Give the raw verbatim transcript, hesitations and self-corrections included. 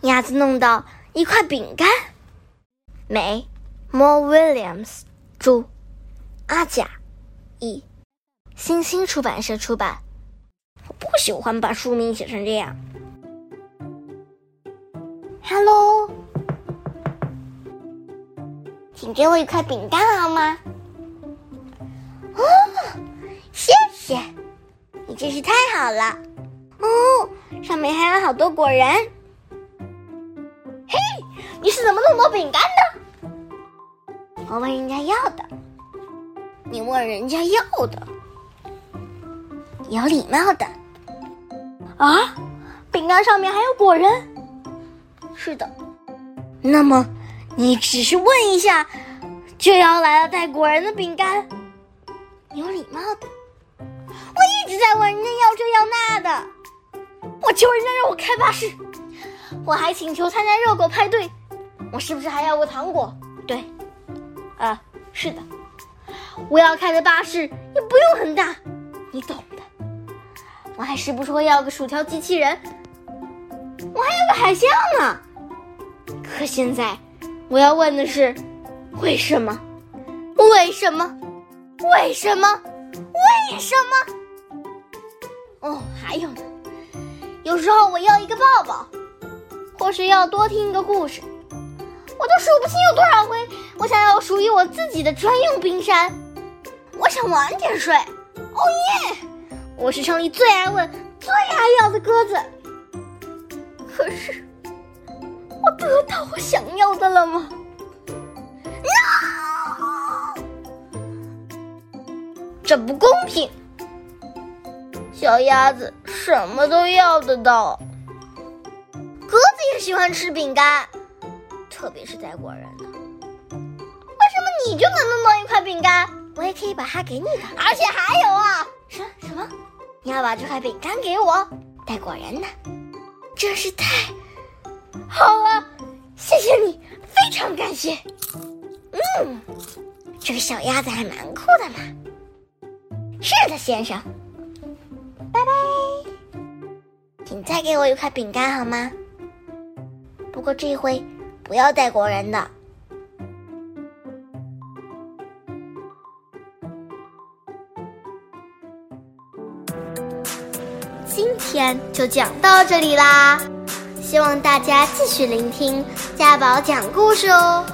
鸭子弄到一块饼干。美 Mo Williams 著，阿甲译，新星出版社出版。我不喜欢把书名写成这样。Hello， 请给我一块饼干好吗？哦，谢谢，你真是太好了。哦，上面还有好多果仁。嘿，你是怎么弄到饼干的？我问人家要的。你问人家要的，有礼貌的。啊，饼干上面还有果仁？是的。那么你只是问一下就要来了带果仁的饼干，有礼貌的。我一直在问人家要这要那的，我求人家让我开巴士，我还请求参加热狗派对，我是不是还要个糖果？对，啊，是的，我要开的巴士也不用很大，你懂的。我还是不是会要个薯条机器人，我还有个海象呢。可现在我要问的是，为什么？为什么？为什么？为什么？哦，还有呢，有时候我要一个抱抱，或是要多听一个故事，我都数不清有多少回我想要属于我自己的专用冰山。我想晚点睡。哦耶！我是城里最爱问、最爱要的鸽子。可是我得到我想要的了吗？ No！ 这不公平。小鸭子什么都要得到，鸽子也喜欢吃饼干，特别是带果仁的。为什么你就能弄到一块饼干？我也可以把它给你的。而且还有啊，什什么？你要把这块饼干给我，带果仁的？真是太好了，谢谢你，非常感谢。嗯，这个小鸭子还蛮酷的嘛。是的，先生。拜拜，请再给我一块饼干好吗？不过这回不要带果仁的。今天就讲到这里啦，希望大家继续聆听家宝讲故事哦。